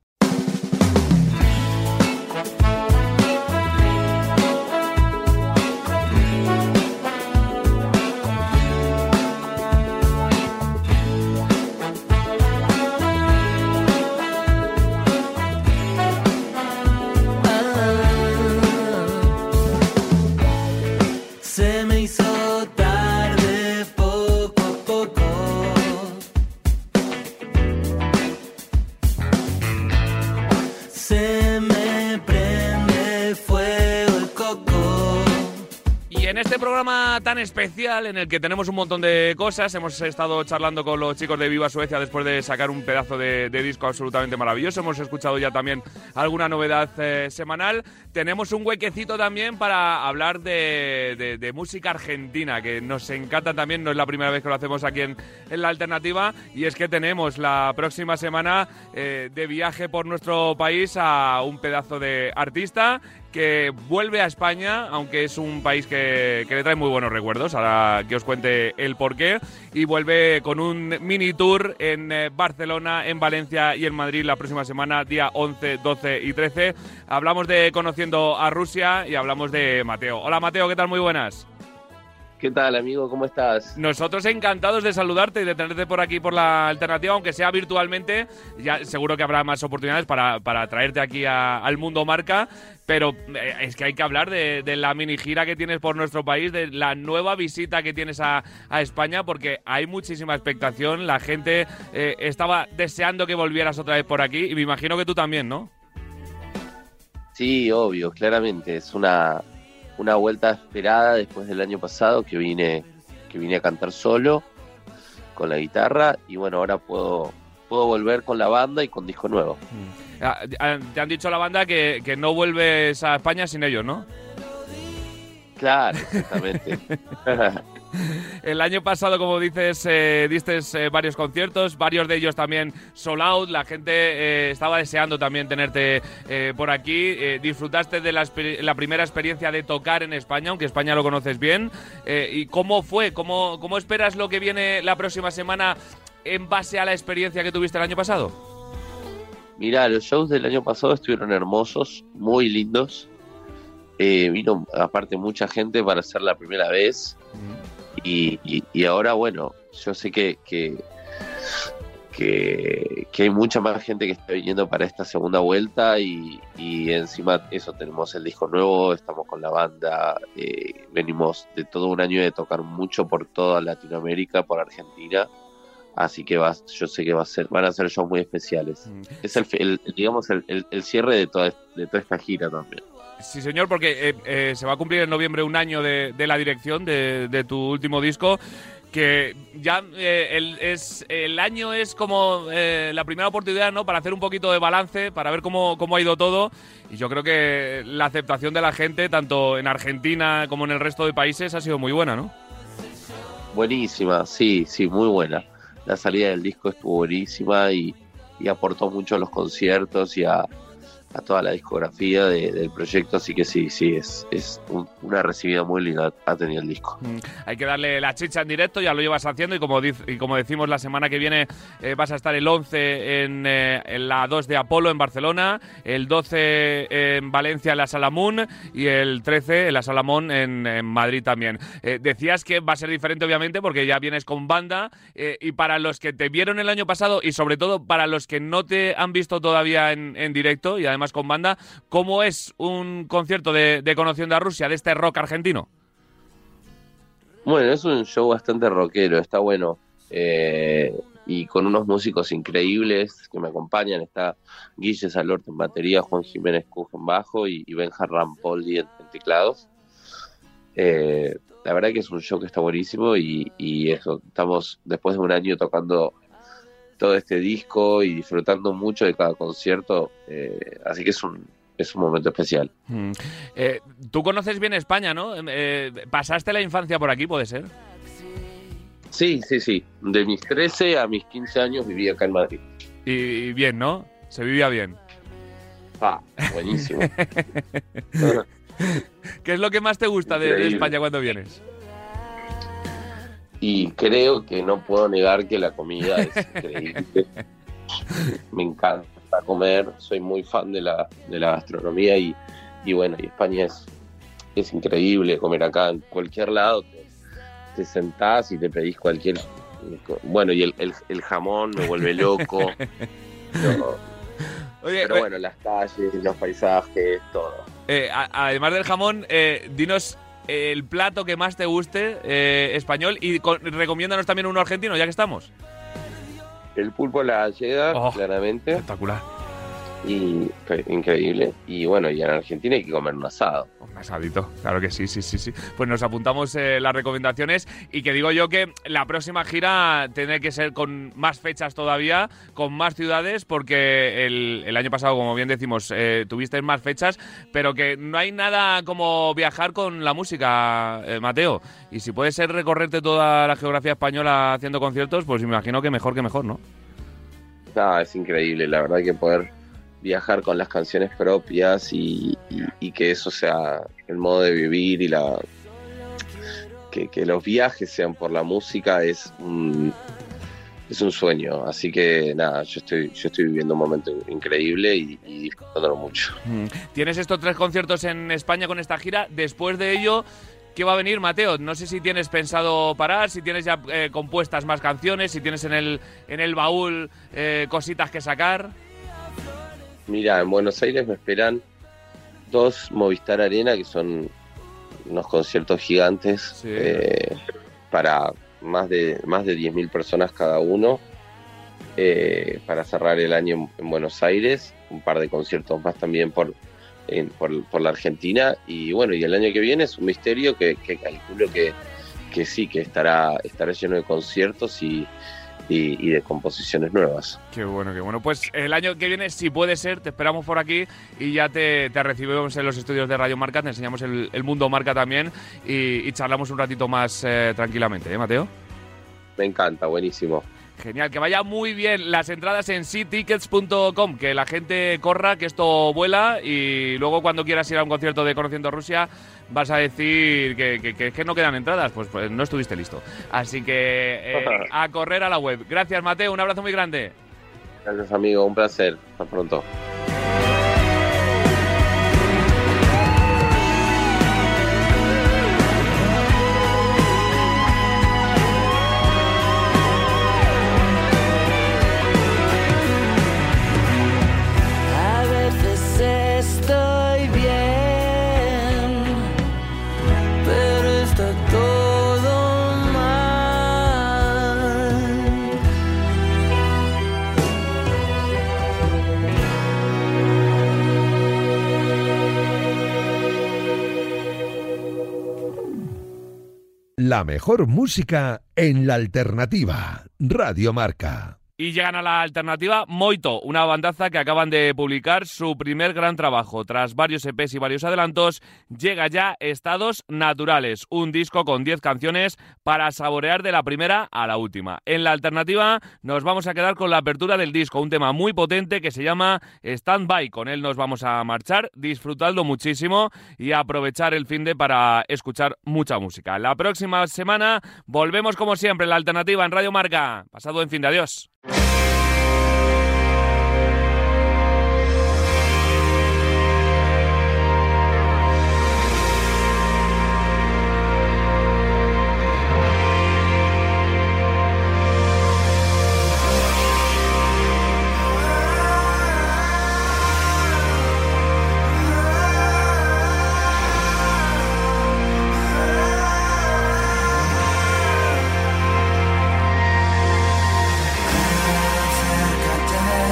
Se me hizo tarde poco a poco. Se me prende fuego el coco. Y en este programa tan especial, en el que tenemos un montón de cosas, hemos estado charlando con los chicos de Viva Suecia después de sacar un pedazo de disco absolutamente maravilloso. Hemos escuchado ya también alguna novedad semanal. Tenemos un huequecito también para hablar de música argentina, que nos encanta también, no es la primera vez que lo hacemos aquí en La Alternativa, y es que tenemos la próxima semana de viaje por nuestro país a un pedazo de artista que vuelve a España, aunque es un país que le trae muy buenos recuerdos, ahora que os cuente el porqué, y vuelve con un mini tour en Barcelona, en Valencia y en Madrid la próxima semana, día 11, 12 y 13. Hablamos de Conociendo a Rusia y hablamos de Mateo. Hola Mateo, ¿qué tal? Muy buenas. ¿Qué tal, amigo? ¿Cómo estás? Nosotros encantados de saludarte y de tenerte por aquí por La Alternativa, aunque sea virtualmente. Ya seguro que habrá más oportunidades para traerte aquí al Mundo Marca, pero es que hay que hablar de la mini gira que tienes por nuestro país, de la nueva visita que tienes a España, porque hay muchísima expectación. La gente estaba deseando que volvieras otra vez por aquí y me imagino que tú también, ¿no? Sí, obvio, claramente. Es una vuelta esperada después del año pasado que vine a cantar solo con la guitarra, y bueno, ahora puedo volver con la banda y con disco nuevo. Te han dicho la banda que no vuelves a España sin ellos, ¿no? Claro, exactamente. El año pasado, como dices, diste varios conciertos, varios de ellos también sold out. La gente estaba deseando también tenerte por aquí. Disfrutaste de la primera experiencia de tocar en España, aunque España lo conoces bien. ¿Y cómo fue? ¿Cómo esperas lo que viene la próxima semana en base a la experiencia que tuviste el año pasado? Mira, los shows del año pasado estuvieron hermosos, muy lindos. Vino aparte mucha gente para hacer la primera vez. Y ahora, bueno, yo sé que hay mucha más gente que está viniendo para esta segunda vuelta, y encima eso, tenemos el disco nuevo, estamos con la banda, venimos de todo un año de tocar mucho por toda Latinoamérica, por Argentina, así que yo sé que van a ser shows muy especiales. Es digamos el cierre de toda esta gira también. Sí, señor, porque se va a cumplir en noviembre un año de la dirección de tu último disco, que ya el año es como la primera oportunidad, ¿no?, para hacer un poquito de balance, para ver cómo ha ido todo, y yo creo que la aceptación de la gente, tanto en Argentina como en el resto de países, ha sido muy buena, ¿no? Buenísima, sí, muy buena. La salida del disco estuvo buenísima y aportó mucho a los conciertos y a toda la discografía del proyecto, así que sí, es una recibida muy linda ha tenido el disco. Hay que darle la chicha en directo, ya lo llevas haciendo, y como decimos, la semana que viene vas a estar el 11 en la 2 de Apolo en Barcelona, el 12 en Valencia en la Sala Moon y el 13 en la Sala Mon en Madrid también. Decías que va a ser diferente, obviamente, porque ya vienes con banda, y para los que te vieron el año pasado y sobre todo para los que no te han visto todavía en directo y además con banda, ¿cómo es un concierto de Conociendo a Rusia, de este rock argentino? Bueno, es un show bastante rockero, está bueno, y con unos músicos increíbles que me acompañan. Está Guille Salorte en batería, Juan Jiménez Cuj en bajo y Benja Rampoldi en teclados. La verdad que es un show que está buenísimo, y eso, estamos después de un año tocando todo este disco y disfrutando mucho de cada concierto, así que es un momento especial. Tú conoces bien España, ¿no? ¿Pasaste la infancia por aquí, puede ser? Sí. De mis 13 a mis 15 años viví acá en Madrid. Y bien, ¿no? Se vivía bien. Buenísimo. ¿Qué es lo que más te gusta de España cuando vienes? Y creo que no puedo negar que la comida es increíble. Me encanta comer, soy muy fan de la gastronomía y bueno, y España es increíble comer acá. En cualquier lado te sentás y te pedís cualquier... Bueno, y el jamón me vuelve loco. Oye, pero bueno, las calles, los paisajes, todo. Además del jamón, dinos el plato que más te guste español y recomiéndanos también uno argentino, ya que estamos. El pulpo a la gallega, claramente. Espectacular. Y increíble. Y bueno, y en Argentina hay que comer un asado. Un asadito, claro que sí. Pues nos apuntamos las recomendaciones y que digo yo que la próxima gira tiene que ser con más fechas todavía, con más ciudades, porque el año pasado, como bien decimos, tuvisteis más fechas, pero que no hay nada como viajar con la música, Mateo. Y si puede ser recorrerte toda la geografía española haciendo conciertos, pues me imagino que mejor, ¿no? Es increíble, la verdad que poder viajar con las canciones propias y que eso sea el modo de vivir y que los viajes sean por la música es un sueño. Así que nada, yo estoy viviendo un momento increíble y disfrutándolo mucho. Tienes estos 3 conciertos en España con esta gira. Después de ello, ¿qué va a venir, Mateo? No sé si tienes pensado parar, si tienes ya compuestas más canciones, si tienes en el baúl cositas que sacar. Mira, en Buenos Aires me esperan 2 Movistar Arena, que son unos conciertos gigantes, para más de 10.000 personas cada uno, para cerrar el año en Buenos Aires, un par de conciertos más también por la Argentina, y bueno, y el año que viene es un misterio que calculo que sí, que estará lleno de conciertos y de composiciones nuevas. Qué bueno. Pues el año que viene, si puede ser, te esperamos por aquí y ya te recibimos en los estudios de Radio Marca, te enseñamos el mundo Marca también y charlamos un ratito más tranquilamente, Mateo? Me encanta, buenísimo. Genial, que vaya muy bien. Las entradas en seatickets.com, que la gente corra, que esto vuela, y luego cuando quieras ir a un concierto de Conociendo Rusia vas a decir que no quedan entradas, pues no estuviste listo. Así que a correr a la web. Gracias, Mateo, un abrazo muy grande. Gracias, amigo, un placer. Hasta pronto. La mejor música en la alternativa. Radio Marca. Y llegan a la alternativa Moito, una bandaza que acaban de publicar su primer gran trabajo. Tras varios EPs y varios adelantos, llega ya Estados Naturales, un disco con 10 canciones para saborear de la primera a la última. En la alternativa nos vamos a quedar con la apertura del disco, un tema muy potente que se llama Stand By. Con él nos vamos a marchar, disfrutadlo muchísimo y aprovechar el finde para escuchar mucha música. La próxima semana volvemos como siempre en la alternativa en Radio Marca. Pasado buen finde, adiós.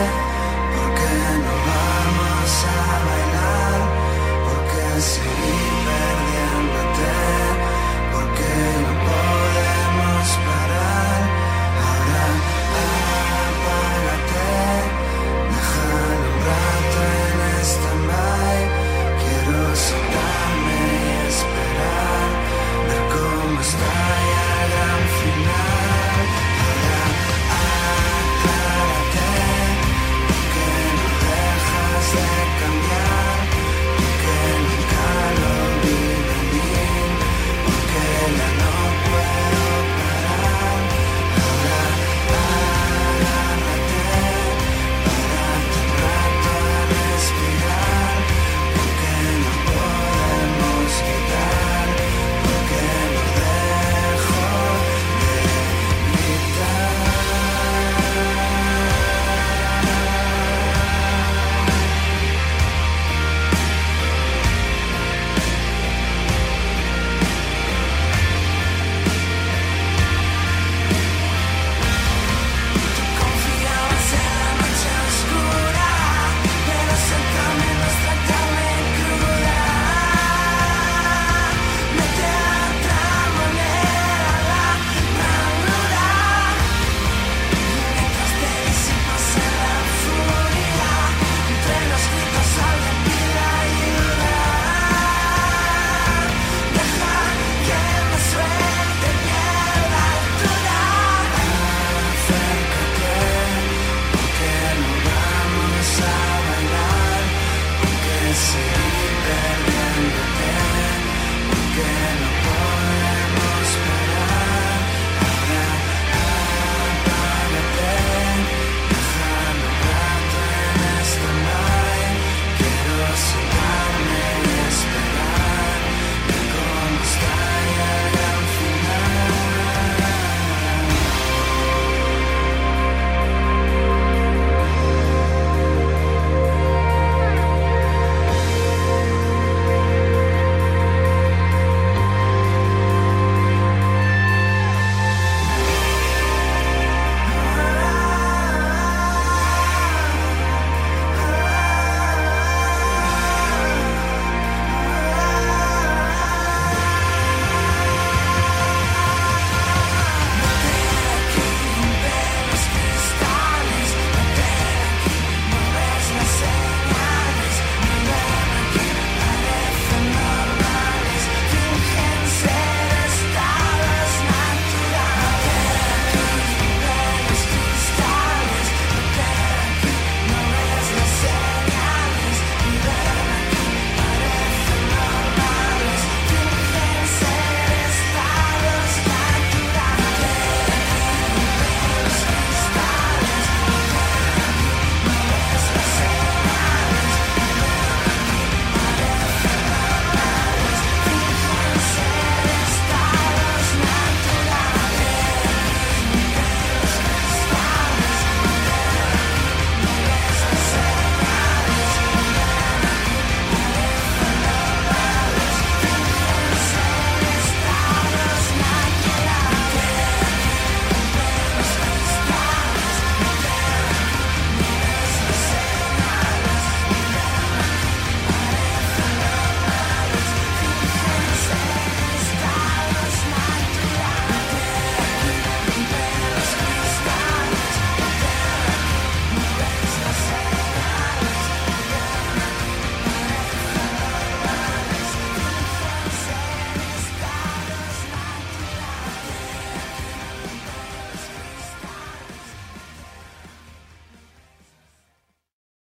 Seguir